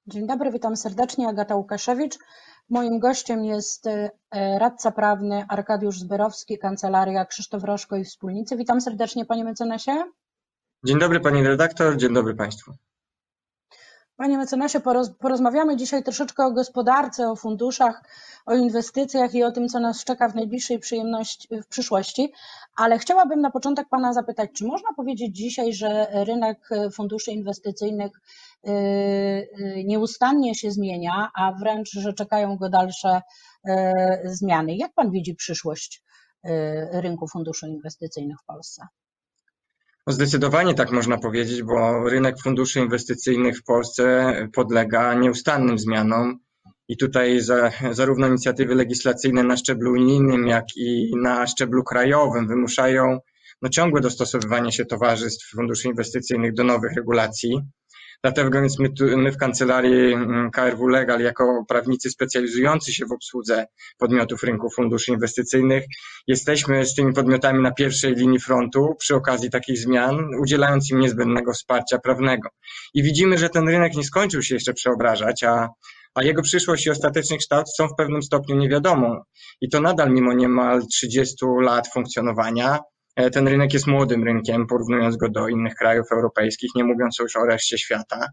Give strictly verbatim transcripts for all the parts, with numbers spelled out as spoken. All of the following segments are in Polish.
Dzień dobry, witam serdecznie, Agata Łukaszewicz. Moim gościem jest radca prawny Arkadiusz Zbyrowski, Kancelaria Krzysztof Rożko i Wspólnicy. Witam serdecznie, panie mecenasie. Dzień dobry pani redaktor, dzień dobry państwu. Panie mecenasie, poroz, porozmawiamy dzisiaj troszeczkę o gospodarce, o funduszach, o inwestycjach i o tym, co nas czeka w najbliższej przyjemności, w przyszłości, ale chciałabym na początek pana zapytać, czy można powiedzieć dzisiaj, że rynek funduszy inwestycyjnych nieustannie się zmienia, a wręcz, że czekają go dalsze zmiany? Jak pan widzi przyszłość rynku funduszy inwestycyjnych w Polsce? Zdecydowanie tak można powiedzieć, bo rynek funduszy inwestycyjnych w Polsce podlega nieustannym zmianom i tutaj za, zarówno inicjatywy legislacyjne na szczeblu unijnym, jak i na szczeblu krajowym wymuszają no, ciągłe dostosowywanie się towarzystw funduszy inwestycyjnych do nowych regulacji. Dlatego więc my, tu, my w Kancelarii K R W Legal jako prawnicy specjalizujący się w obsłudze podmiotów rynku funduszy inwestycyjnych jesteśmy z tymi podmiotami na pierwszej linii frontu przy okazji takich zmian, udzielając im niezbędnego wsparcia prawnego. I widzimy, że ten rynek nie skończył się jeszcze przeobrażać, a, a jego przyszłość i ostateczny kształt są w pewnym stopniu niewiadomą. I to nadal mimo niemal trzydziestu lat funkcjonowania. Ten rynek jest młodym rynkiem, porównując go do innych krajów europejskich, nie mówiąc już o reszcie świata.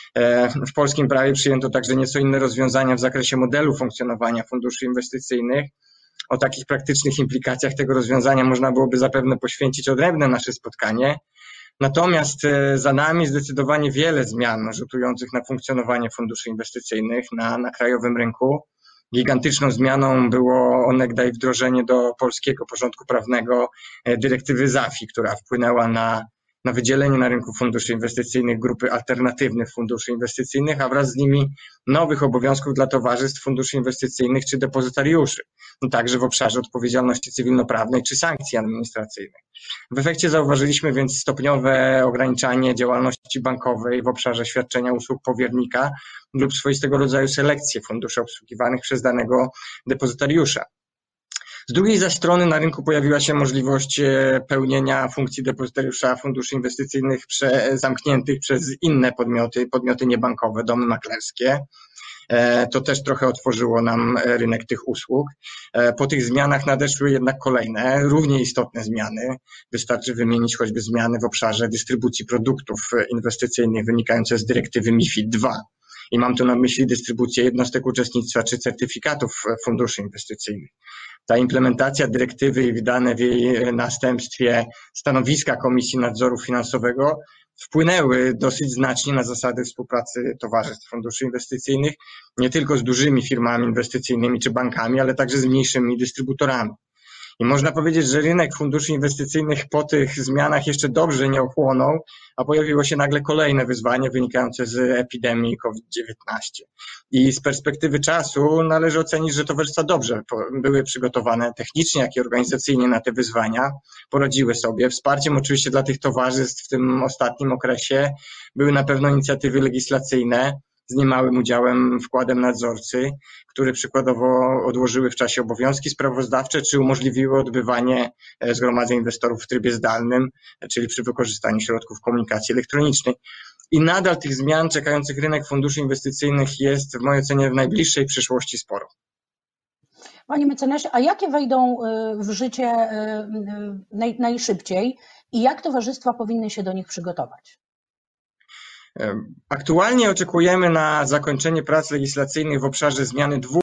W polskim prawie przyjęto także nieco inne rozwiązania w zakresie modelu funkcjonowania funduszy inwestycyjnych. O takich praktycznych implikacjach tego rozwiązania można byłoby zapewne poświęcić odrębne nasze spotkanie. Natomiast za nami zdecydowanie wiele zmian rzutujących na funkcjonowanie funduszy inwestycyjnych na, na krajowym rynku. Gigantyczną zmianą było onegdaj wdrożenie do polskiego porządku prawnego dyrektywy Z A F I, która wpłynęła na, na wydzielenie na rynku funduszy inwestycyjnych grupy alternatywnych funduszy inwestycyjnych, a wraz z nimi nowych obowiązków dla towarzystw funduszy inwestycyjnych czy depozytariuszy, no także w obszarze odpowiedzialności cywilnoprawnej czy sankcji administracyjnych. W efekcie zauważyliśmy więc stopniowe ograniczanie działalności bankowej w obszarze świadczenia usług powiernika lub swoistego rodzaju selekcję funduszy obsługiwanych przez danego depozytariusza. Z drugiej zaś strony na rynku pojawiła się możliwość pełnienia funkcji depozytariusza funduszy inwestycyjnych prze, zamkniętych przez inne podmioty, podmioty niebankowe, domy maklerskie. To też trochę otworzyło nam rynek tych usług. Po tych zmianach nadeszły jednak kolejne, równie istotne zmiany. Wystarczy wymienić choćby zmiany w obszarze dystrybucji produktów inwestycyjnych wynikające z dyrektywy MiFID dwa. I mam tu na myśli dystrybucję jednostek uczestnictwa czy certyfikatów funduszy inwestycyjnych. Ta implementacja dyrektywy i wydane w jej następstwie stanowiska Komisji Nadzoru Finansowego wpłynęły dosyć znacznie na zasady współpracy towarzystw funduszy inwestycyjnych, nie tylko z dużymi firmami inwestycyjnymi czy bankami, ale także z mniejszymi dystrybutorami. I można powiedzieć, że rynek funduszy inwestycyjnych po tych zmianach jeszcze dobrze nie ochłonął, a pojawiło się nagle kolejne wyzwanie wynikające z epidemii COVID dziewiętnaście. I z perspektywy czasu należy ocenić, że towarzystwa dobrze były przygotowane technicznie, jak i organizacyjnie na te wyzwania, poradziły sobie. Wsparciem oczywiście dla tych towarzystw w tym ostatnim okresie były na pewno inicjatywy legislacyjne, z niemałym udziałem, wkładem nadzorcy, które przykładowo odłożyły w czasie obowiązki sprawozdawcze, czy umożliwiły odbywanie zgromadzeń inwestorów w trybie zdalnym, czyli przy wykorzystaniu środków komunikacji elektronicznej. I nadal tych zmian czekających rynek funduszy inwestycyjnych jest w mojej ocenie w najbliższej przyszłości sporo. Panie mecenasie, a jakie wejdą w życie naj, najszybciej i jak towarzystwa powinny się do nich przygotować? Aktualnie oczekujemy na zakończenie prac legislacyjnych w obszarze zmiany dwóch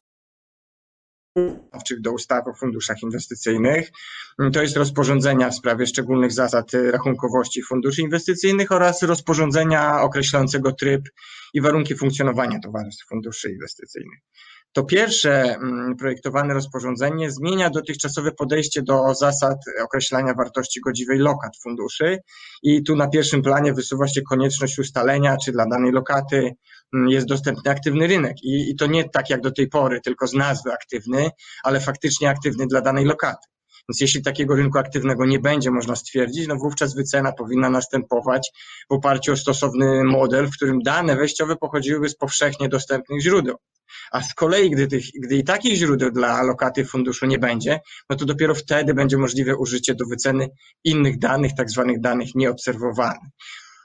do ustawy o funduszach inwestycyjnych. To jest rozporządzenia w sprawie szczególnych zasad rachunkowości funduszy inwestycyjnych oraz rozporządzenia określającego tryb i warunki funkcjonowania towarzystw funduszy inwestycyjnych. To pierwsze projektowane rozporządzenie zmienia dotychczasowe podejście do zasad określania wartości godziwej lokat funduszy i tu na pierwszym planie wysuwa się konieczność ustalenia, czy dla danej lokaty jest dostępny aktywny rynek i, i to nie tak jak do tej pory, tylko z nazwy aktywny, ale faktycznie aktywny dla danej lokaty. Więc jeśli takiego rynku aktywnego nie będzie można stwierdzić, no wówczas wycena powinna następować w oparciu o stosowny model, w którym dane wejściowe pochodziłyby z powszechnie dostępnych źródeł. A z kolei, gdy, tych, gdy i takich źródeł dla lokaty funduszu nie będzie, no to dopiero wtedy będzie możliwe użycie do wyceny innych danych, tak zwanych danych nieobserwowanych.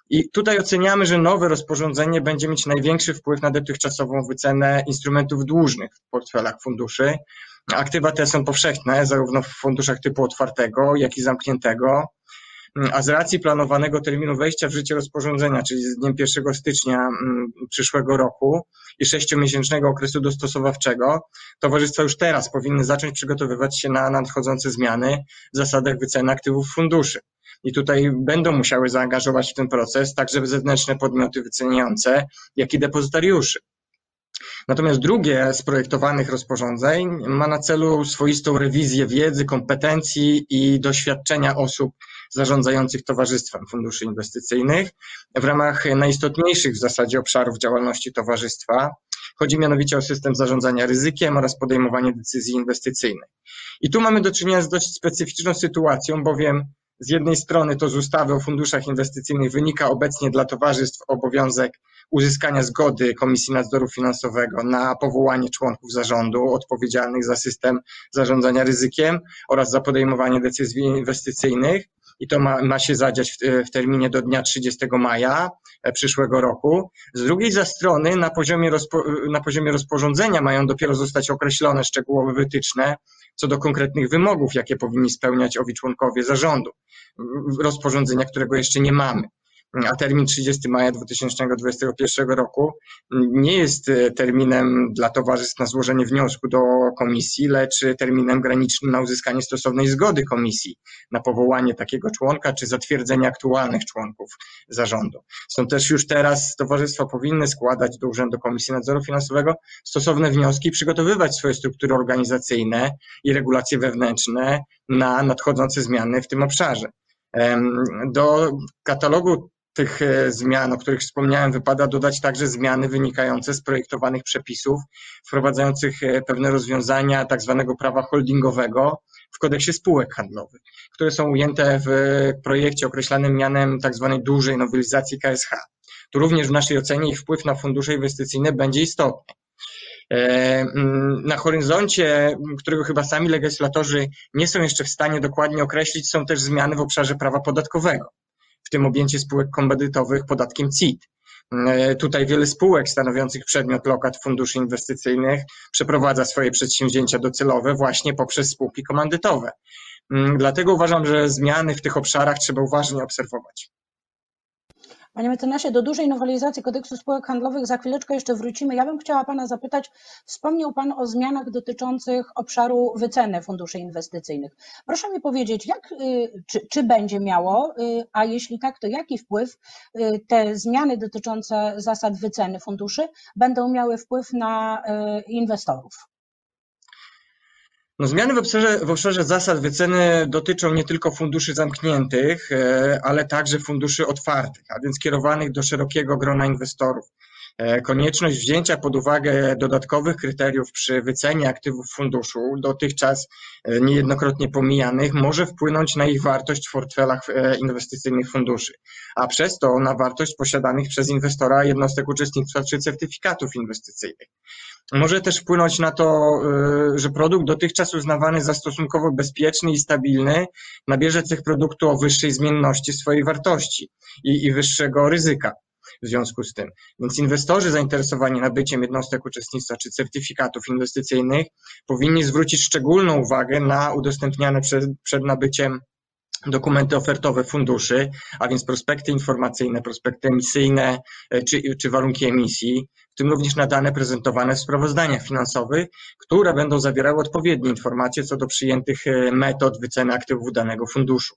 I tutaj oceniamy, że nowe rozporządzenie będzie mieć największy wpływ na dotychczasową wycenę instrumentów dłużnych w portfelach funduszy. Aktywa te są powszechne, zarówno w funduszach typu otwartego, jak i zamkniętego, a z racji planowanego terminu wejścia w życie rozporządzenia, czyli z dniem pierwszego stycznia przyszłego roku i sześciomiesięcznego okresu dostosowawczego, towarzystwa już teraz powinny zacząć przygotowywać się na nadchodzące zmiany w zasadach wyceny aktywów funduszy. I tutaj będą musiały zaangażować w ten proces także zewnętrzne podmioty wyceniające, jak i depozytariuszy. Natomiast drugie z projektowanych rozporządzeń ma na celu swoistą rewizję wiedzy, kompetencji i doświadczenia osób zarządzających towarzystwem funduszy inwestycyjnych w ramach najistotniejszych w zasadzie obszarów działalności towarzystwa. Chodzi mianowicie o system zarządzania ryzykiem oraz podejmowanie decyzji inwestycyjnych. I tu mamy do czynienia z dość specyficzną sytuacją, bowiem z jednej strony to z ustawy o funduszach inwestycyjnych wynika obecnie dla towarzystw obowiązek uzyskania zgody Komisji Nadzoru Finansowego na powołanie członków zarządu odpowiedzialnych za system zarządzania ryzykiem oraz za podejmowanie decyzji inwestycyjnych. I to ma, ma się zadziać w, w terminie do dnia trzydziestego maja przyszłego roku. Z drugiej za strony na poziomie, rozpo, na poziomie rozporządzenia mają dopiero zostać określone szczegółowe wytyczne co do konkretnych wymogów, jakie powinni spełniać owi członkowie zarządu. Rozporządzenia, którego jeszcze nie mamy. A termin trzydziestego maja dwa tysiące dwudziestego pierwszego roku nie jest terminem dla towarzystw na złożenie wniosku do komisji, lecz terminem granicznym na uzyskanie stosownej zgody komisji na powołanie takiego członka czy zatwierdzenie aktualnych członków zarządu. Są też już teraz towarzystwa powinny składać do Urzędu Komisji Nadzoru Finansowego stosowne wnioski, przygotowywać swoje struktury organizacyjne i regulacje wewnętrzne na nadchodzące zmiany w tym obszarze. Do katalogu tych zmian, o których wspomniałem, wypada dodać także zmiany wynikające z projektowanych przepisów wprowadzających pewne rozwiązania tak zwanego prawa holdingowego w kodeksie spółek handlowych, które są ujęte w projekcie określanym mianem tak zwanej dużej nowelizacji K S H. Tu również w naszej ocenie ich wpływ na fundusze inwestycyjne będzie istotny. Na horyzoncie, którego chyba sami legislatorzy nie są jeszcze w stanie dokładnie określić, są też zmiany w obszarze prawa podatkowego, w tym objęcie spółek komandytowych podatkiem C I T. Tutaj wiele spółek stanowiących przedmiot lokat funduszy inwestycyjnych przeprowadza swoje przedsięwzięcia docelowe właśnie poprzez spółki komandytowe. Dlatego uważam, że zmiany w tych obszarach trzeba uważnie obserwować. Panie mecenasie, do dużej nowelizacji kodeksu spółek handlowych za chwileczkę jeszcze wrócimy. Ja bym chciała Pana zapytać, wspomniał Pan o zmianach dotyczących obszaru wyceny funduszy inwestycyjnych. Proszę mi powiedzieć, jak, czy, czy będzie miało, a jeśli tak, to jaki wpływ te zmiany dotyczące zasad wyceny funduszy będą miały wpływ na inwestorów? No, zmiany w obszarze, w obszarze zasad wyceny dotyczą nie tylko funduszy zamkniętych, ale także funduszy otwartych, a więc kierowanych do szerokiego grona inwestorów. Konieczność wzięcia pod uwagę dodatkowych kryteriów przy wycenie aktywów funduszu, dotychczas niejednokrotnie pomijanych, może wpłynąć na ich wartość w portfelach inwestycyjnych funduszy, a przez to na wartość posiadanych przez inwestora jednostek uczestnictwa czy certyfikatów inwestycyjnych. Może też wpłynąć na to, że produkt dotychczas uznawany za stosunkowo bezpieczny i stabilny nabierze cech produktu o wyższej zmienności swojej wartości i, i wyższego ryzyka w związku z tym. Więc inwestorzy zainteresowani nabyciem jednostek uczestnictwa czy certyfikatów inwestycyjnych powinni zwrócić szczególną uwagę na udostępniane przed, przed nabyciem dokumenty ofertowe funduszy, a więc prospekty informacyjne, prospekty emisyjne czy, czy warunki emisji, w tym również na dane prezentowane w sprawozdaniach finansowych, które będą zawierały odpowiednie informacje co do przyjętych metod wyceny aktywów danego funduszu.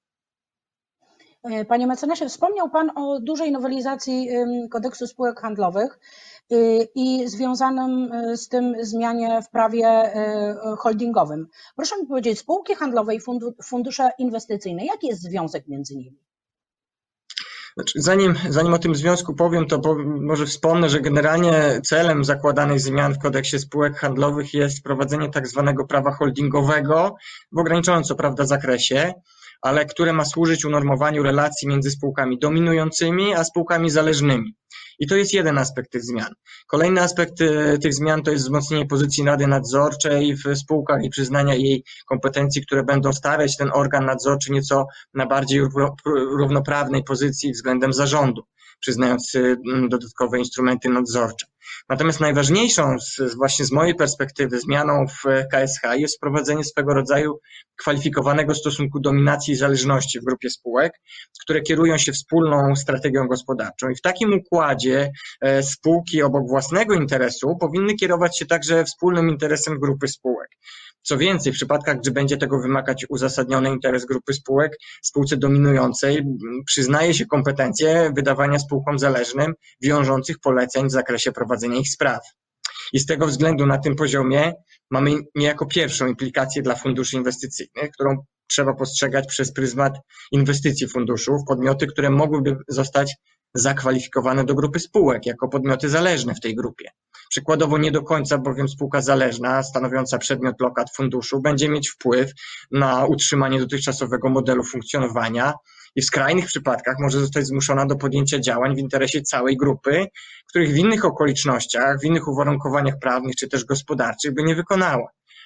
Panie mecenasie, wspomniał Pan o dużej nowelizacji kodeksu spółek handlowych i związanym z tym zmianie w prawie holdingowym. Proszę mi powiedzieć, spółki handlowe i fundusze inwestycyjne, jaki jest związek między nimi? Znaczy, zanim, zanim o tym związku powiem, to po, może wspomnę, że generalnie celem zakładanych zmian w kodeksie spółek handlowych jest wprowadzenie tak zwanego prawa holdingowego w ograniczonym co prawda zakresie, ale które ma służyć unormowaniu relacji między spółkami dominującymi a spółkami zależnymi. I to jest jeden aspekt tych zmian. Kolejny aspekt tych zmian to jest wzmocnienie pozycji Rady Nadzorczej w spółkach i przyznania jej kompetencji, które będą stawiać ten organ nadzorczy nieco na bardziej równoprawnej pozycji względem zarządu, przyznając dodatkowe instrumenty nadzorcze. Natomiast najważniejszą z, właśnie z mojej perspektywy zmianą w K S H jest wprowadzenie swego rodzaju kwalifikowanego stosunku dominacji i zależności w grupie spółek, które kierują się wspólną strategią gospodarczą. I w takim układzie spółki obok własnego interesu powinny kierować się także wspólnym interesem grupy spółek. Co więcej, w przypadkach, gdy będzie tego wymagać uzasadniony interes grupy spółek, spółce dominującej przyznaje się kompetencje wydawania spółkom zależnym wiążących poleceń w zakresie prowadzenia ich spraw. I z tego względu na tym poziomie mamy niejako pierwszą implikację dla funduszy inwestycyjnych, którą trzeba postrzegać przez pryzmat inwestycji funduszu w podmioty, które mogłyby zostać zakwalifikowane do grupy spółek jako podmioty zależne w tej grupie. Przykładowo nie do końca bowiem spółka zależna stanowiąca przedmiot lokat funduszu będzie mieć wpływ na utrzymanie dotychczasowego modelu funkcjonowania i w skrajnych przypadkach może zostać zmuszona do podjęcia działań w interesie całej grupy, których w innych okolicznościach, w innych uwarunkowaniach prawnych czy też gospodarczych by nie wykonała.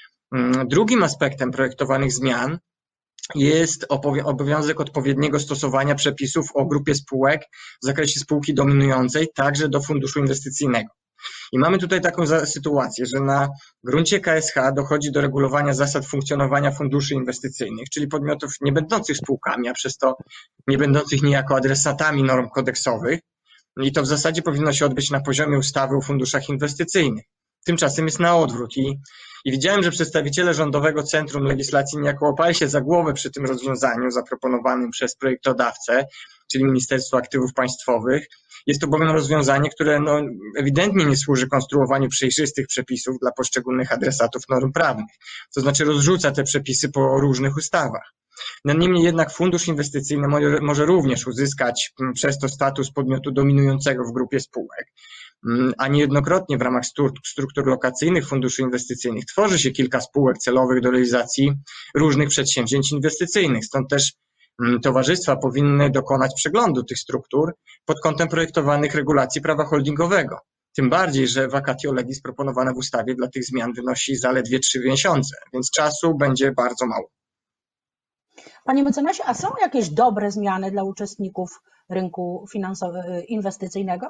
Drugim aspektem projektowanych zmian jest obowiązek odpowiedniego stosowania przepisów o grupie spółek w zakresie spółki dominującej także do funduszu inwestycyjnego. I mamy tutaj taką sytuację, że na gruncie K S H dochodzi do regulowania zasad funkcjonowania funduszy inwestycyjnych, czyli podmiotów nie będących spółkami, a przez to nie będących niejako adresatami norm kodeksowych. I to w zasadzie powinno się odbyć na poziomie ustawy o funduszach inwestycyjnych. Tymczasem jest na odwrót i, i widziałem, że przedstawiciele Rządowego Centrum Legislacji niejako łapali się za głowę przy tym rozwiązaniu zaproponowanym przez projektodawcę, czyli Ministerstwo Aktywów Państwowych. Jest to bowiem rozwiązanie, które no, ewidentnie nie służy konstruowaniu przejrzystych przepisów dla poszczególnych adresatów norm prawnych, to znaczy rozrzuca te przepisy po różnych ustawach. No, niemniej jednak fundusz inwestycyjny może, może również uzyskać przez to status podmiotu dominującego w grupie spółek. A niejednokrotnie w ramach struktur lokacyjnych funduszy inwestycyjnych tworzy się kilka spółek celowych do realizacji różnych przedsięwzięć inwestycyjnych. Stąd też towarzystwa powinny dokonać przeglądu tych struktur pod kątem projektowanych regulacji prawa holdingowego. Tym bardziej, że vacatio legis proponowane w ustawie dla tych zmian wynosi zaledwie trzy miesiące, więc czasu będzie bardzo mało. Panie mecenasie, a są jakieś dobre zmiany dla uczestników rynku finansowego, inwestycyjnego?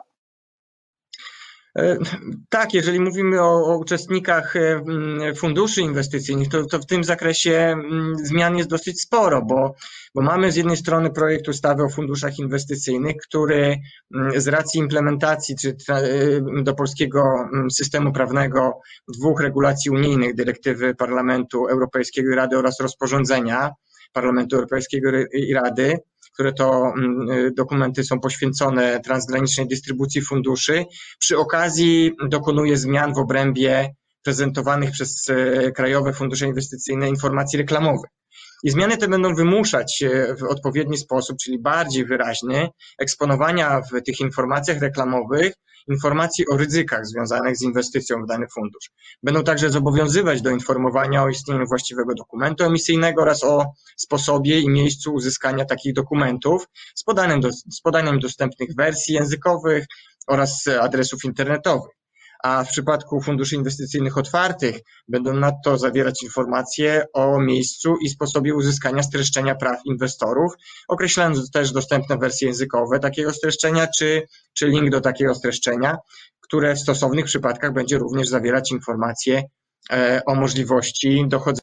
Tak, jeżeli mówimy o, o uczestnikach funduszy inwestycyjnych, to, to w tym zakresie zmian jest dosyć sporo, bo, bo mamy z jednej strony projekt ustawy o funduszach inwestycyjnych, który z racji implementacji czy do polskiego systemu prawnego dwóch regulacji unijnych, dyrektywy Parlamentu Europejskiego i Rady oraz rozporządzenia Parlamentu Europejskiego i Rady, które to dokumenty są poświęcone transgranicznej dystrybucji funduszy, przy okazji dokonuje zmian w obrębie prezentowanych przez krajowe fundusze inwestycyjne informacji reklamowych. I zmiany te będą wymuszać w odpowiedni sposób, czyli bardziej wyraźny, eksponowania w tych informacjach reklamowych informacji o ryzykach związanych z inwestycją w dany fundusz. Będą także zobowiązywać do informowania o istnieniu właściwego dokumentu emisyjnego oraz o sposobie i miejscu uzyskania takich dokumentów z podaniem, do, z podaniem dostępnych wersji językowych oraz adresów internetowych. A w przypadku funduszy inwestycyjnych otwartych będą nadto zawierać informacje o miejscu i sposobie uzyskania streszczenia praw inwestorów, określając też dostępne wersje językowe takiego streszczenia, czy, czy link do takiego streszczenia, które w stosownych przypadkach będzie również zawierać informacje o możliwości dochodzenia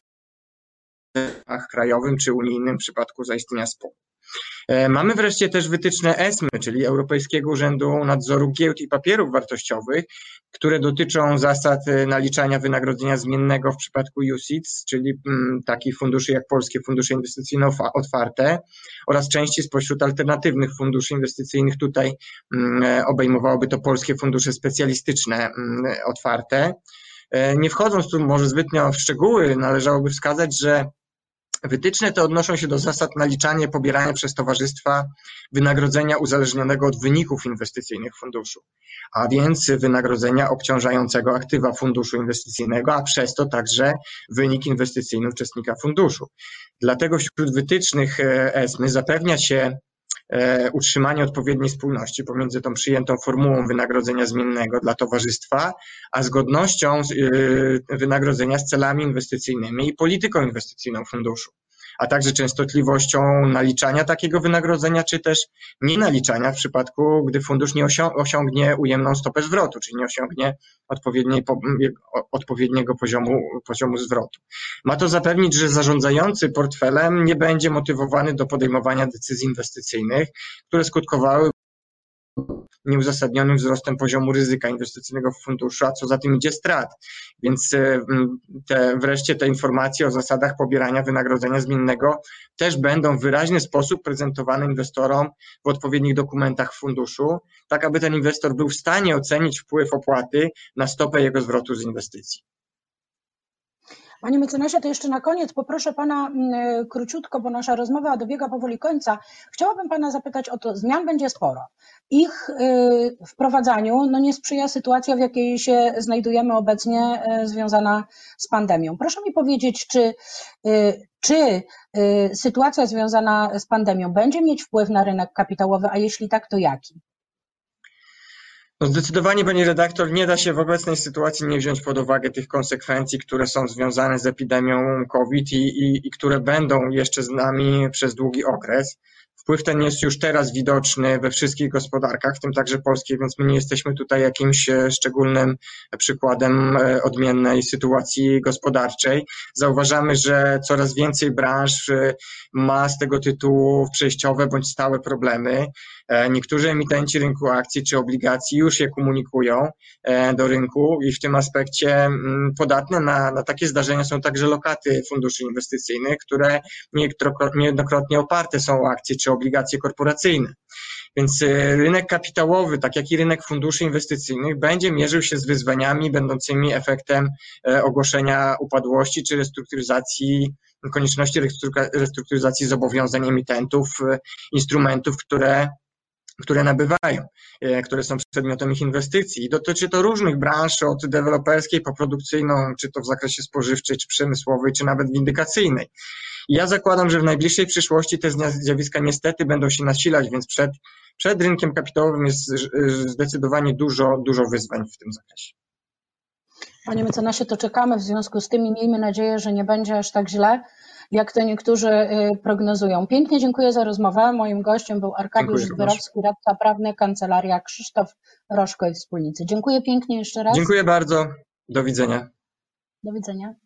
w krajowym czy unijnym w przypadku zaistnienia sporu. Mamy wreszcie też wytyczne ESMY, czyli Europejskiego Urzędu Nadzoru Giełd i Papierów Wartościowych, które dotyczą zasad naliczania wynagrodzenia zmiennego w przypadku U C I T S, czyli takich funduszy jak polskie fundusze inwestycyjne otwarte oraz części spośród alternatywnych funduszy inwestycyjnych. Tutaj obejmowałoby to polskie fundusze specjalistyczne otwarte. Nie wchodząc tu może zbytnio w szczegóły, należałoby wskazać, że wytyczne te odnoszą się do zasad naliczania i pobierania przez towarzystwa wynagrodzenia uzależnionego od wyników inwestycyjnych funduszu, a więc wynagrodzenia obciążającego aktywa funduszu inwestycyjnego, a przez to także wynik inwestycyjny uczestnika funduszu. Dlatego wśród wytycznych ESMY zapewnia się utrzymanie odpowiedniej spójności pomiędzy tą przyjętą formułą wynagrodzenia zmiennego dla towarzystwa, a zgodnością wynagrodzenia z celami inwestycyjnymi i polityką inwestycyjną funduszu, a także częstotliwością naliczania takiego wynagrodzenia, czy też nienaliczania w przypadku, gdy fundusz nie osiągnie ujemną stopę zwrotu, czyli nie osiągnie odpowiedniej, odpowiedniego poziomu, poziomu zwrotu. Ma to zapewnić, że zarządzający portfelem nie będzie motywowany do podejmowania decyzji inwestycyjnych, które skutkowały nieuzasadnionym wzrostem poziomu ryzyka inwestycyjnego w funduszu, a co za tym idzie strat. Więc te, wreszcie te informacje o zasadach pobierania wynagrodzenia zmiennego też będą w wyraźny sposób prezentowane inwestorom w odpowiednich dokumentach funduszu, tak aby ten inwestor był w stanie ocenić wpływ opłaty na stopę jego zwrotu z inwestycji. Panie mecenasie, to jeszcze na koniec poproszę Pana króciutko, bo nasza rozmowa dobiega powoli końca. Chciałabym Pana zapytać o to, zmian będzie sporo. Ich wprowadzaniu no nie sprzyja sytuacja, w jakiej się znajdujemy obecnie, związana z pandemią. Proszę mi powiedzieć, czy, czy sytuacja związana z pandemią będzie mieć wpływ na rynek kapitałowy, a jeśli tak, to jaki? No zdecydowanie, pani redaktor, nie da się w obecnej sytuacji nie wziąć pod uwagę tych konsekwencji, które są związane z epidemią COVID i, i, i które będą jeszcze z nami przez długi okres. Wpływ ten jest już teraz widoczny we wszystkich gospodarkach, w tym także polskiej, więc my nie jesteśmy tutaj jakimś szczególnym przykładem odmiennej sytuacji gospodarczej. Zauważamy, że coraz więcej branż ma z tego tytułu przejściowe bądź stałe problemy. Niektórzy emitenci rynku akcji czy obligacji już je komunikują do rynku i w tym aspekcie podatne na, na takie zdarzenia są także lokaty funduszy inwestycyjnych, które niejednokrotnie oparte są o akcje czy obligacje korporacyjne. Więc rynek kapitałowy, tak jak i rynek funduszy inwestycyjnych, będzie mierzył się z wyzwaniami będącymi efektem ogłoszenia upadłości czy restrukturyzacji, konieczności restrukturyzacji zobowiązań emitentów, instrumentów, które które nabywają, które są przedmiotem ich inwestycji. I dotyczy to różnych branż, od deweloperskiej po produkcyjną, czy to w zakresie spożywczej, czy przemysłowej, czy nawet windykacyjnej. I ja zakładam, że w najbliższej przyszłości te zjawiska niestety będą się nasilać, więc przed, przed rynkiem kapitałowym jest zdecydowanie dużo, dużo wyzwań w tym zakresie. Panie mecenasie, to czekamy w związku z tym i miejmy nadzieję, że nie będzie aż tak źle, jak to niektórzy prognozują. Pięknie dziękuję za rozmowę. Moim gościem był Arkadiusz Zbyrowski, radca prawny, Kancelaria Krzysztof Roszko i Wspólnicy. Dziękuję pięknie jeszcze raz. Dziękuję bardzo. Do widzenia. Do widzenia.